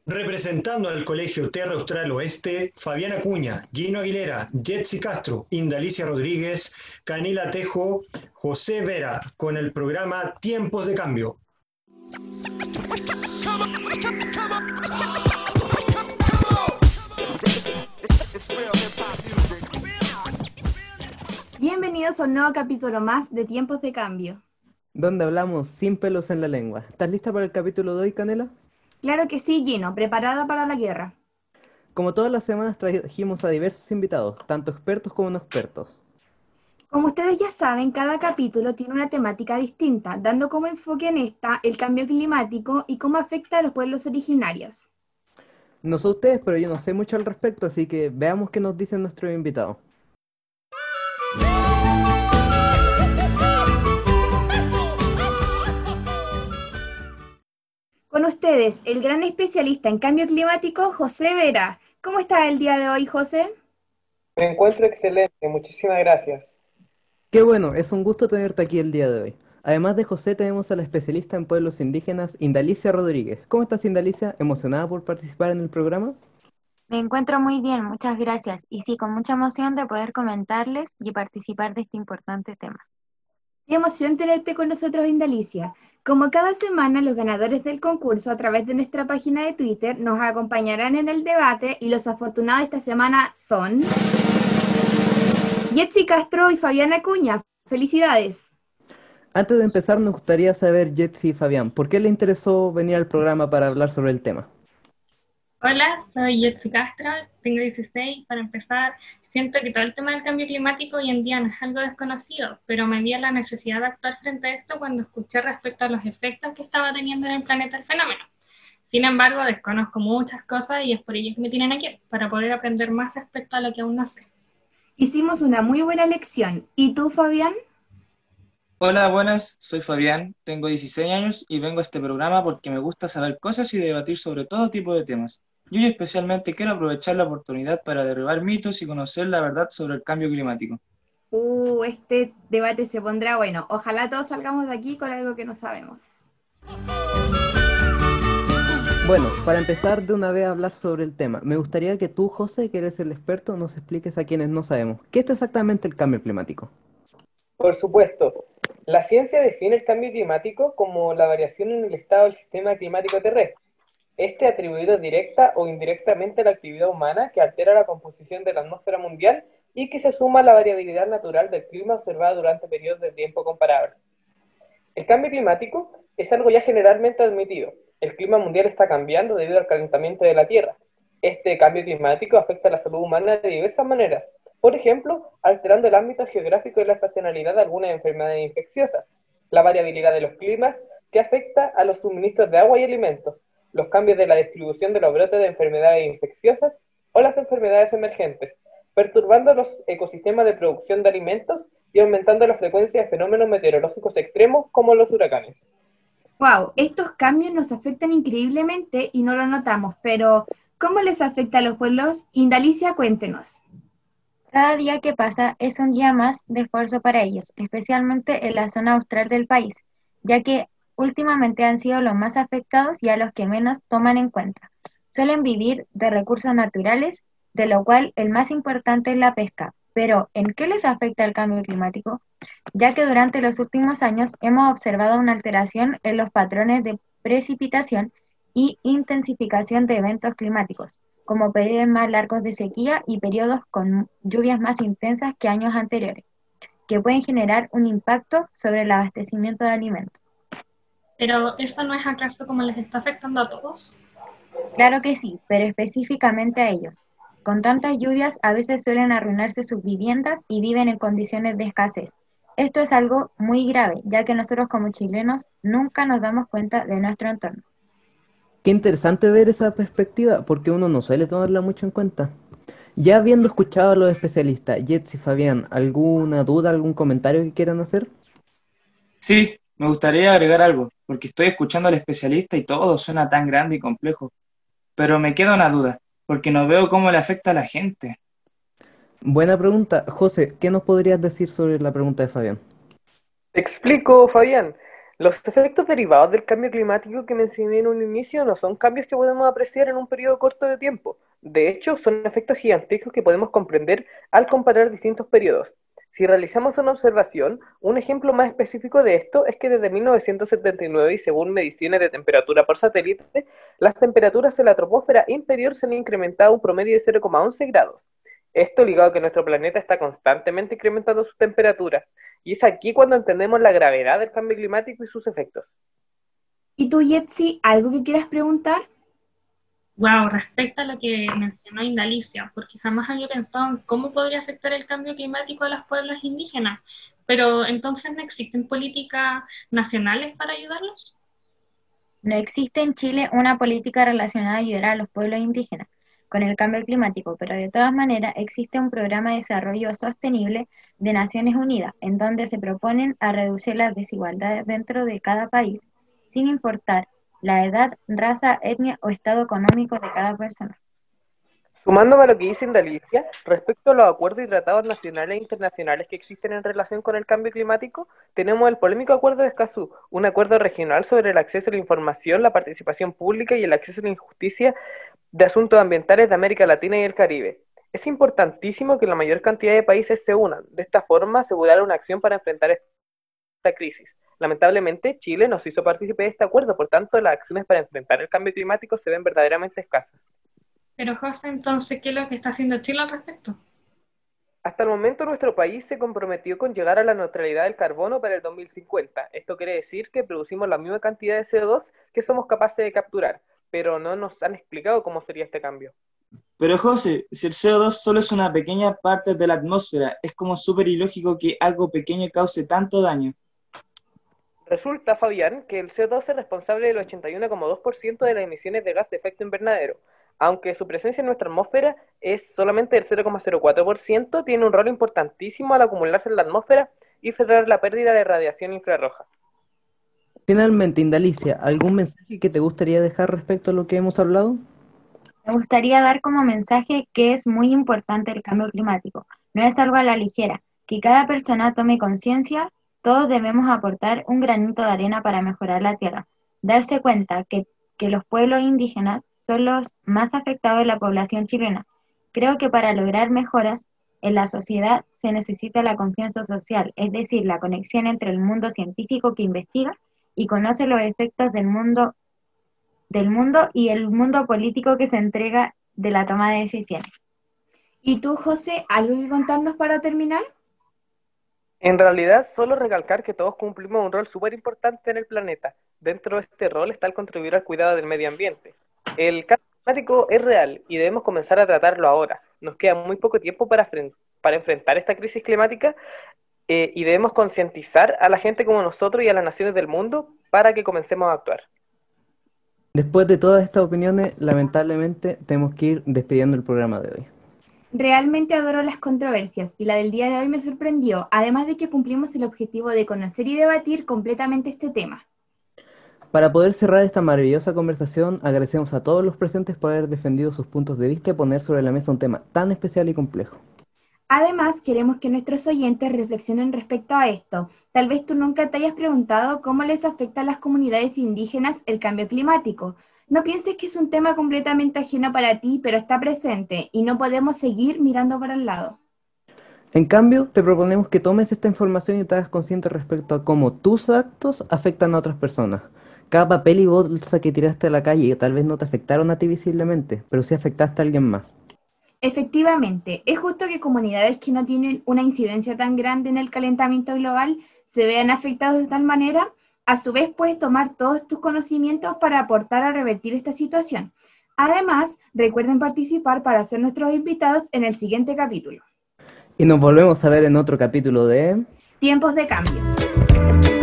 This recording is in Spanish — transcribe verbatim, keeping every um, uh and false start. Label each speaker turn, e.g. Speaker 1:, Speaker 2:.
Speaker 1: Representando al Colegio Terra Austral Oeste, Fabián Acuña, Gino Aguilera, Jetsi Castro, Indalicia Rodríguez, Canila Tejo, José Vera, con el programa Tiempos de Cambio.
Speaker 2: Bienvenidos a un nuevo capítulo más de Tiempos de Cambio,
Speaker 3: donde hablamos sin pelos en la lengua. ¿Estás lista para el capítulo de hoy, Canela?
Speaker 2: Claro que sí, Gino, preparada para la guerra.
Speaker 3: Como todas las semanas trajimos a diversos invitados, tanto expertos como no expertos.
Speaker 2: Como ustedes ya saben, cada capítulo tiene una temática distinta, dando como enfoque en esta el cambio climático y cómo afecta a los pueblos originarios.
Speaker 3: No sé ustedes, pero yo no sé mucho al respecto, así que veamos qué nos dicen nuestros invitados.
Speaker 2: Con ustedes, el gran especialista en cambio climático, José Vera. ¿Cómo está el día de hoy, José?
Speaker 4: Me encuentro excelente, muchísimas gracias.
Speaker 3: Qué bueno, es un gusto tenerte aquí el día de hoy. Además de José, tenemos a la especialista en pueblos indígenas, Indalicia Rodríguez. ¿Cómo estás, Indalicia? ¿Emocionada por participar en el programa?
Speaker 5: Me encuentro muy bien, muchas gracias. Y sí, con mucha emoción de poder comentarles y participar de este importante tema.
Speaker 2: Qué emoción tenerte con nosotros, Indalicia. Como cada semana, los ganadores del concurso a través de nuestra página de Twitter nos acompañarán en el debate y los afortunados esta semana son Jetsi Castro y Fabián Acuña. ¡Felicidades!
Speaker 3: Antes de empezar, nos gustaría saber, Jetsi y Fabián, ¿por qué le interesó venir al programa para hablar sobre el tema?
Speaker 6: Hola, soy Jetsi Castro, tengo dieciséis. Para empezar, siento que todo el tema del cambio climático hoy en día no es algo desconocido, pero me vi a la necesidad de actuar frente a esto cuando escuché respecto a los efectos que estaba teniendo en el planeta el fenómeno. Sin embargo, desconozco muchas cosas y es por ello que me tienen aquí, para poder aprender más respecto a lo que aún no sé.
Speaker 2: Hicimos una muy buena lección. ¿Y tú, Fabián?
Speaker 7: Hola, buenas, soy Fabián, tengo dieciséis años y vengo a este programa porque me gusta saber cosas y debatir sobre todo tipo de temas. Yo especialmente quiero aprovechar la oportunidad para derribar mitos y conocer la verdad sobre el cambio climático.
Speaker 2: Uh, este debate se pondrá bueno. Ojalá todos salgamos de aquí con algo que no sabemos.
Speaker 3: Bueno, para empezar de una vez a hablar sobre el tema, me gustaría que tú, José, que eres el experto, nos expliques a quienes no sabemos, ¿qué es exactamente el cambio climático?
Speaker 4: Por supuesto, la ciencia define el cambio climático como la variación en el estado del sistema climático terrestre. Este atribuido directa o indirectamente a la actividad humana que altera la composición de la atmósfera mundial y que se suma a la variabilidad natural del clima observada durante periodos de tiempo comparables. El cambio climático es algo ya generalmente admitido. El clima mundial está cambiando debido al calentamiento de la Tierra. Este cambio climático afecta a la salud humana de diversas maneras. Por ejemplo, alterando el ámbito geográfico y la estacionalidad de algunas enfermedades infecciosas, la variabilidad de los climas que afecta a los suministros de agua y alimentos, los cambios de la distribución de los brotes de enfermedades infecciosas o las enfermedades emergentes, perturbando los ecosistemas de producción de alimentos y aumentando la frecuencia de fenómenos meteorológicos extremos como los huracanes.
Speaker 2: Wow, estos cambios nos afectan increíblemente y no lo notamos, pero ¿cómo les afecta a los pueblos? Indalicia, cuéntenos.
Speaker 5: Cada día que pasa es un día más de esfuerzo para ellos, especialmente en la zona austral del país, ya que últimamente han sido los más afectados y a los que menos toman en cuenta. Suelen vivir de recursos naturales, de lo cual el más importante es la pesca. Pero, ¿en qué les afecta el cambio climático? Ya que durante los últimos años hemos observado una alteración en los patrones de precipitación y intensificación de eventos climáticos, como periodos más largos de sequía y periodos con lluvias más intensas que años anteriores, que pueden generar un impacto sobre el abastecimiento de alimentos.
Speaker 6: ¿Pero eso no es acaso como les está afectando a todos?
Speaker 5: Claro que sí, pero específicamente a ellos. Con tantas lluvias a veces suelen arruinarse sus viviendas y viven en condiciones de escasez. Esto es algo muy grave, ya que nosotros como chilenos nunca nos damos cuenta de nuestro entorno.
Speaker 3: Qué interesante ver esa perspectiva, porque uno no suele tomarla mucho en cuenta. Ya habiendo escuchado a los especialistas, Jetsi y Fabián, ¿alguna duda, algún comentario que quieran hacer?
Speaker 7: Sí, me gustaría agregar algo, porque estoy escuchando al especialista y todo suena tan grande y complejo. Pero me queda una duda, porque no veo cómo le afecta a la gente.
Speaker 3: Buena pregunta. José, ¿qué nos podrías decir sobre la pregunta de Fabián?
Speaker 4: Te explico, Fabián. Los efectos derivados del cambio climático que mencioné en un inicio no son cambios que podemos apreciar en un periodo corto de tiempo. De hecho, son efectos gigantescos que podemos comprender al comparar distintos periodos. Si realizamos una observación, un ejemplo más específico de esto es que desde mil novecientos setenta y nueve y según mediciones de temperatura por satélite, las temperaturas en la troposfera inferior se han incrementado un promedio de cero coma once grados. Esto ligado a que nuestro planeta está constantemente incrementando su temperatura. Y es aquí cuando entendemos la gravedad del cambio climático y sus efectos.
Speaker 2: ¿Y tú, Yetzi, algo que quieras preguntar?
Speaker 6: Wow, respecto a lo que mencionó Indalicia, porque jamás había pensado en cómo podría afectar el cambio climático a los pueblos indígenas. Pero entonces, ¿no existen políticas nacionales para ayudarlos?
Speaker 5: No existe en Chile una política relacionada a ayudar a los pueblos indígenas con el cambio climático, pero de todas maneras existe un programa de desarrollo sostenible de Naciones Unidas, en donde se proponen a reducir las desigualdades dentro de cada país, sin importar la edad, raza, etnia o estado económico de cada persona.
Speaker 4: Sumándome a lo que dice Indalicia, respecto a los acuerdos y tratados nacionales e internacionales que existen en relación con el cambio climático, tenemos el polémico Acuerdo de Escazú, un acuerdo regional sobre el acceso a la información, la participación pública y el acceso a la justicia de asuntos ambientales de América Latina y el Caribe. Es importantísimo que la mayor cantidad de países se unan, de esta forma asegurar una acción para enfrentar esta crisis. Lamentablemente, Chile no se hizo partícipe de este acuerdo, por tanto, las acciones para enfrentar el cambio climático se ven verdaderamente escasas.
Speaker 6: Pero José, entonces, ¿qué es lo que está haciendo Chile al respecto?
Speaker 4: Hasta el momento nuestro país se comprometió con llegar a la neutralidad del carbono para el dos mil cincuenta. Esto quiere decir que producimos la misma cantidad de C O dos que somos capaces de capturar, pero no nos han explicado cómo sería este cambio.
Speaker 7: Pero José, si el C O dos solo es una pequeña parte de la atmósfera, es como súper ilógico que algo pequeño cause tanto daño.
Speaker 4: Resulta, Fabián, que el C O dos es responsable del ochenta y uno coma dos por ciento de las emisiones de gas de efecto invernadero. Aunque su presencia en nuestra atmósfera es solamente del cero coma cero cuatro por ciento, tiene un rol importantísimo al acumularse en la atmósfera y frenar la pérdida de radiación infrarroja.
Speaker 3: Finalmente, Indalicia, ¿algún mensaje que te gustaría dejar respecto a lo que hemos hablado?
Speaker 5: Me gustaría dar como mensaje que es muy importante el cambio climático. No es algo a la ligera. Que cada persona tome conciencia, todos debemos aportar un granito de arena para mejorar la Tierra. Darse cuenta que, que los pueblos indígenas son los más afectados de la población chilena. Creo que para lograr mejoras en la sociedad se necesita la confianza social, es decir, la conexión entre el mundo científico que investiga y conoce los efectos del mundo, del mundo y el mundo político que se entrega de la toma de decisiones.
Speaker 2: ¿Y tú, José, algo que contarnos para terminar?
Speaker 4: En realidad, solo recalcar que todos cumplimos un rol súper importante en el planeta. Dentro de este rol está el contribuir al cuidado del medio ambiente. El cambio climático es real y debemos comenzar a tratarlo ahora. Nos queda muy poco tiempo para, para enfrentar esta crisis climática eh, y debemos concientizar a la gente como nosotros y a las naciones del mundo para que comencemos a actuar.
Speaker 3: Después de todas estas opiniones, lamentablemente tenemos que ir despidiendo el programa de hoy.
Speaker 2: Realmente adoro las controversias y la del día de hoy me sorprendió, además de que cumplimos el objetivo de conocer y debatir completamente este tema.
Speaker 3: Para poder cerrar esta maravillosa conversación, agradecemos a todos los presentes por haber defendido sus puntos de vista y poner sobre la mesa un tema tan especial y complejo.
Speaker 2: Además, queremos que nuestros oyentes reflexionen respecto a esto. Tal vez tú nunca te hayas preguntado cómo les afecta a las comunidades indígenas el cambio climático. No pienses que es un tema completamente ajeno para ti, pero está presente y no podemos seguir mirando para el lado.
Speaker 3: En cambio, te proponemos que tomes esta información y te hagas consciente respecto a cómo tus actos afectan a otras personas. Cada papel y bolsa que tiraste a la calle tal vez no te afectaron a ti visiblemente, pero sí afectaste a alguien más.
Speaker 2: Efectivamente, es justo que comunidades que no tienen una incidencia tan grande en el calentamiento global se vean afectados de tal manera. A su vez, puedes tomar todos tus conocimientos para aportar a revertir esta situación. Además, recuerden participar para ser nuestros invitados en el siguiente capítulo.
Speaker 3: Y nos volvemos a ver en otro capítulo de...
Speaker 2: Tiempos de cambio.